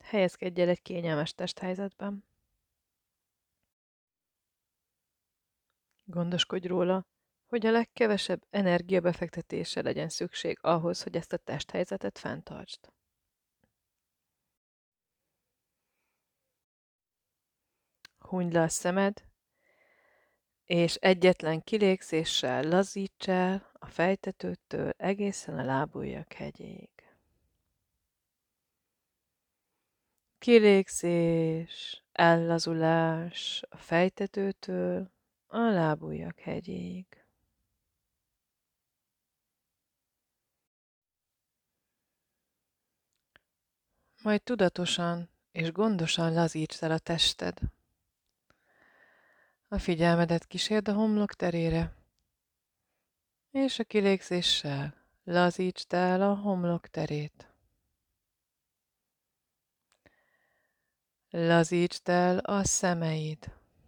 Helyezkedj el egy kényelmes testhelyzetben. Gondoskodj róla, hogy a legkevesebb energiabefektetésre legyen szükség ahhoz, hogy ezt a testhelyzetet fenntartsd. Hunyd le a szemed, és egyetlen kilégzéssel lazíts el a fejtetőtől egészen a lábujjak hegyéig. Kilégzés, ellazulás a fejtetőtől a lábujjak hegyéig. Majd tudatosan és gondosan lazítsd el a tested. A figyelmedet kísérd a homlok terére, és a kilégzéssel lazítsd el a homlok terét. Lazítsd el a szemeid.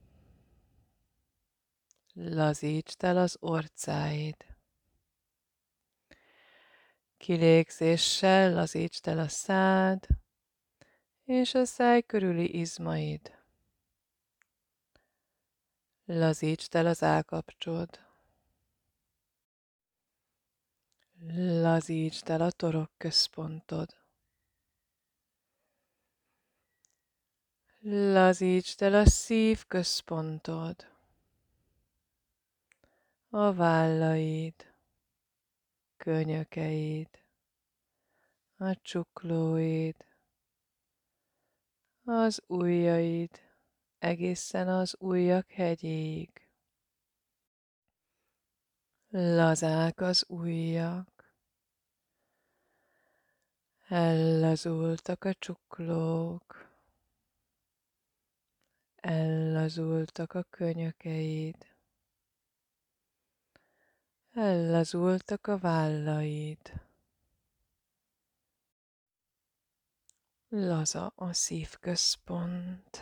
Lazítsd el az orcáid. Kilégzéssel lazítsd el a szád és a száj körüli izmaid. Lazítsd el az állkapcsod. Lazítsd el a torokköszpontod. Lazítsd el a szívközpontod. A vállaid, könyökeid, a csuklóid, az ujjaid, egészen az ujjak hegyéig. Lazák az ujjak, ellazultak a csuklók, ellazultak a könyökeid, ellazultak a vállaid. Laza a szívközpont.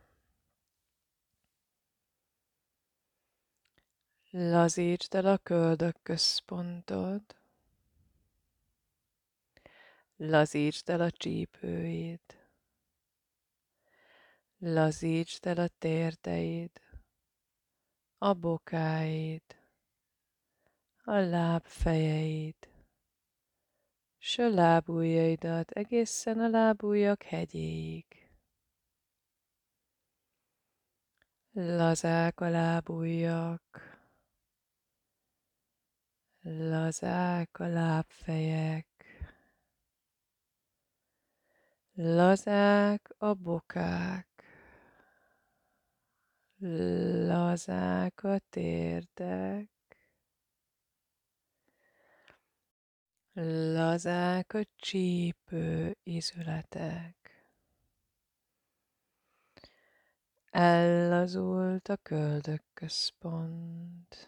Lazítsd el a köldökközpontod. Lazítsd el a csípőid. Lazítsd el a térdeid, a bokáid, a lábfejeid, s a lábujjaidat egészen a lábujjak hegyéig. Lazák a lábujjak, lazák a lábfejek, lazák a bokák, lazák a térdek, lazák a csípő izületek. Ellazult a köldökközpont.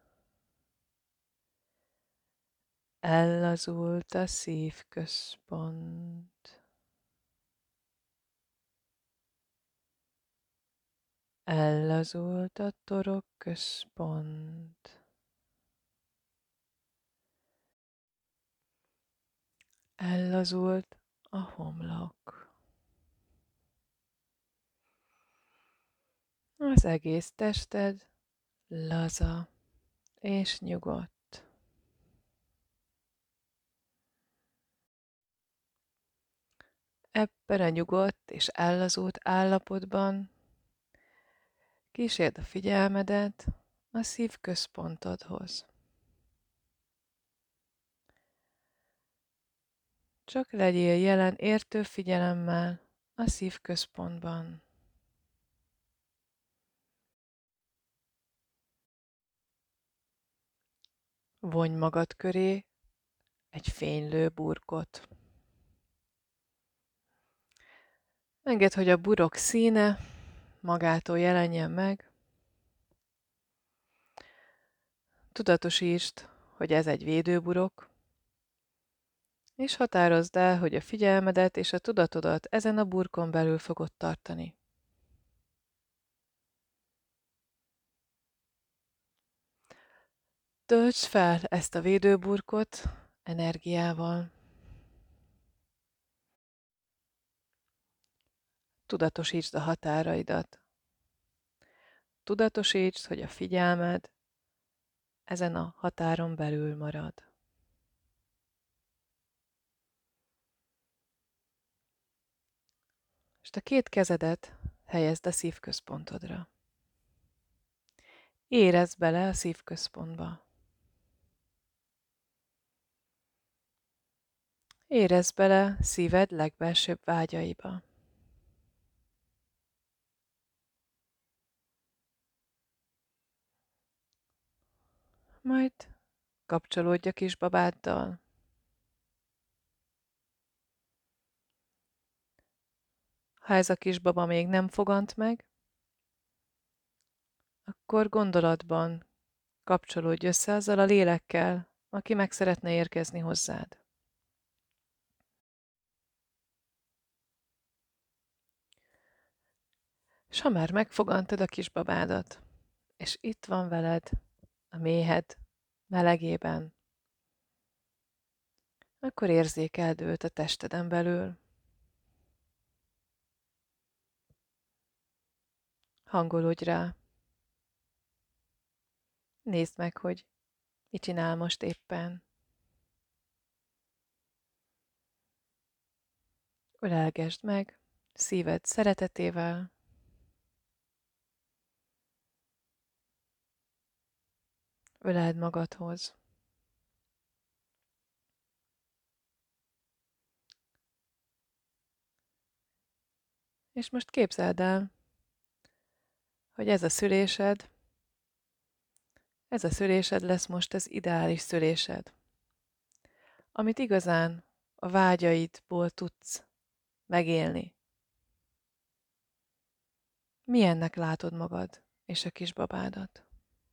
Ellazult a szívközpont. Ellazult a torokközpont. Ellazult a homlok. Az egész tested laza és nyugodt. Ebben a nyugodt és ellazult állapotban kísérd a figyelmedet a szívközpontodhoz. Csak legyél jelen értő figyelemmel a szívközpontban. Vonj magad köré egy fénylő burkot. Engedd, hogy a burok színe magától jelenjen meg. Tudatosítsd, hogy ez egy védőburok, és határozd el, hogy a figyelmedet és a tudatodat ezen a burkon belül fogod tartani. Töltsd fel ezt a védőburkot energiával. Tudatosítsd a határaidat. Tudatosítsd, hogy a figyelmed ezen a határon belül marad. És a két kezedet helyezd a szívközpontodra. Érezd bele a szívközpontba. Érezd bele szíved legbelsőbb vágyaiba. Majd kapcsolódj a kisbabáddal. Ha ez a kisbaba még nem fogant meg, akkor gondolatban kapcsolódj össze azzal a lélekkel, aki meg szeretne érkezni hozzád. És ha már megfogantad a kisbabádat, és itt van veled a méhed melegében, akkor érzékeld őt a testeden belül. Hangolódj rá. Nézd meg, hogy mit csinál most éppen. Ölelgesd meg szíved szeretetével. Öleld magadhoz. És most képzeld el, hogy ez a szülésed lesz most az ideális szülésed, amit igazán a vágyaidból tudsz megélni. Milyennek látod magad és a kisbabádat?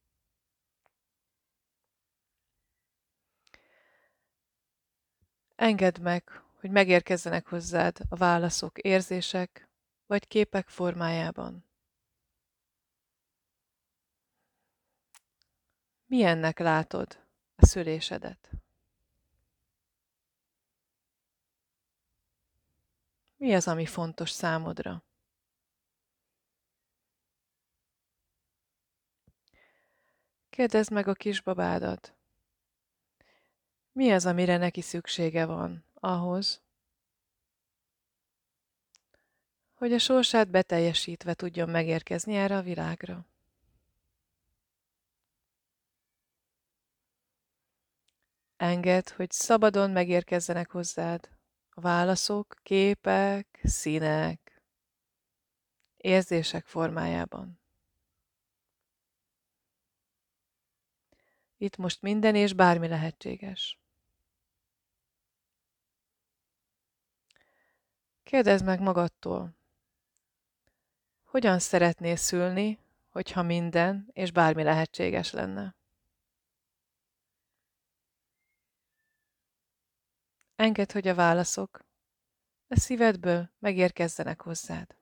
Engedd meg, hogy megérkezzenek hozzád a válaszok, érzések vagy képek formájában. Milyennek látod a szülésedet? Mi az, ami fontos számodra? Kérdezd meg a kisbabádat. Mi az, amire neki szüksége van ahhoz, hogy a sorsát beteljesítve tudjon megérkezni erre a világra? Engedd, hogy szabadon megérkezzenek hozzád a válaszok, képek, színek, érzések formájában. Itt most minden és bármi lehetséges. Kérdezd meg magadtól, hogyan szeretnél szülni, hogyha minden és bármi lehetséges lenne? Engedd, hogy a válaszok a szívedből megérkezzenek hozzád.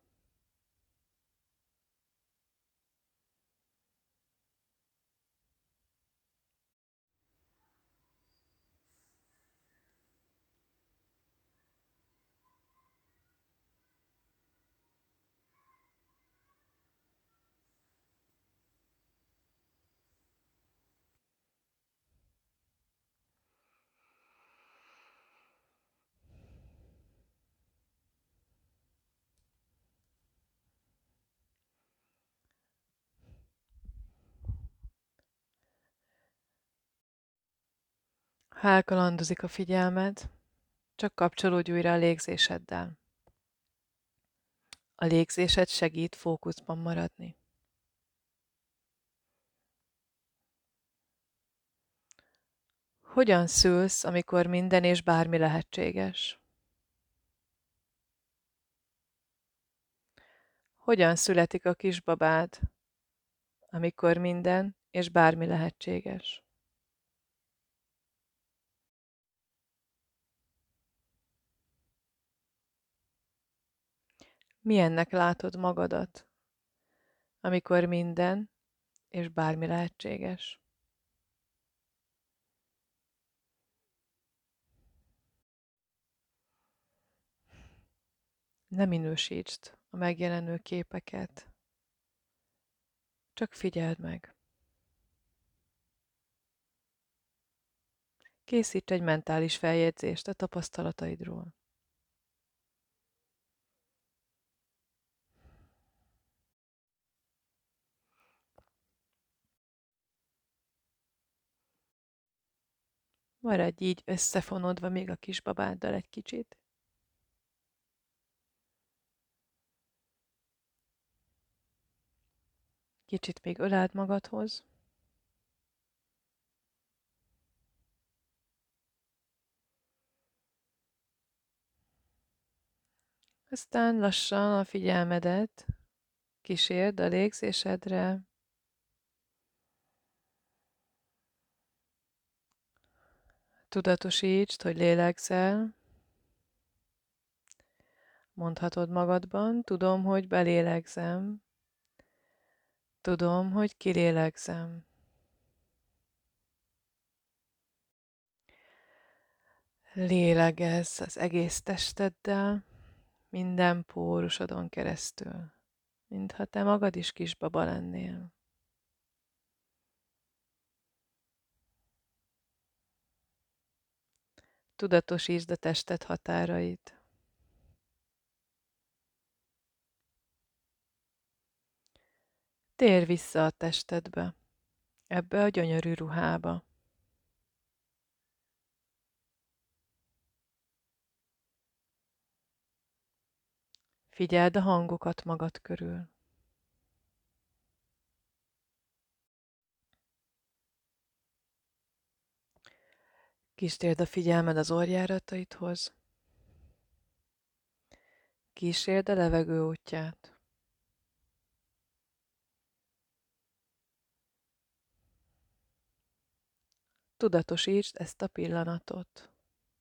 Ha elkalandozik a figyelmed, csak kapcsolódj újra a légzéseddel. A légzésed segít fókuszban maradni. Hogyan szülsz, amikor minden és bármi lehetséges? Hogyan születik a kisbabád, amikor minden és bármi lehetséges? Milyennek látod magadat, amikor minden és bármi lehetséges? Ne minősítsd a megjelenő képeket. Csak figyeld meg. Készíts egy mentális feljegyzést a tapasztalataidról. Maradj így összefonódva még a kisbabáddal egy kicsit. Kicsit még öleld magadhoz. Aztán lassan a figyelmedet kísérd a légzésedre. Tudatosítsd, hogy lélegzel. Mondhatod magadban, tudom, hogy belélegzem. Tudom, hogy kilélegzem. Lélegezz az egész testeddel, minden pórusodon keresztül, mintha te magad is kisbaba lennél. Tudatosítsd a tested határait. Térj vissza a testedbe, ebbe a gyönyörű ruhába. Figyeld a hangokat magad körül. Kísérd a figyelmed az orjárataidhoz. Kísérd a levegő útját. Tudatosítsd ezt a pillanatot.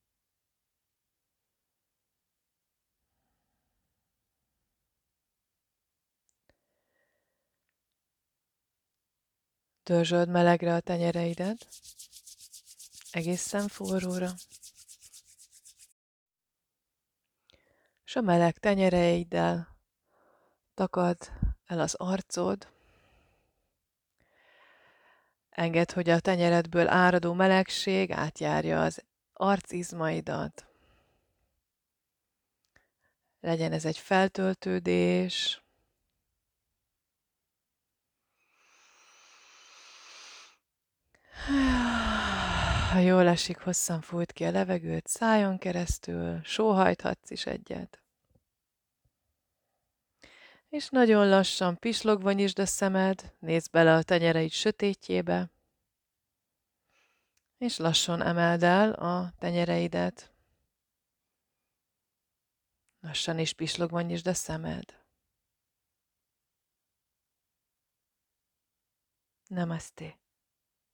Dörzsöld melegre a tenyereidet, egészen forróra. És a meleg tenyereiddel takard el az arcod. Engedd, hogy a tenyeredből áradó melegség átjárja az arcizmaidat. Legyen ez egy feltöltődés. Ha jól esik, hosszan fújt ki a levegőt szájon keresztül, sóhajthatsz is egyet. És nagyon lassan pislogva nyisd a szemed, nézd bele a tenyereid sötétjébe, és lassan emeld el a tenyereidet. Lassan és pislogva nyisd a szemed. Namaste.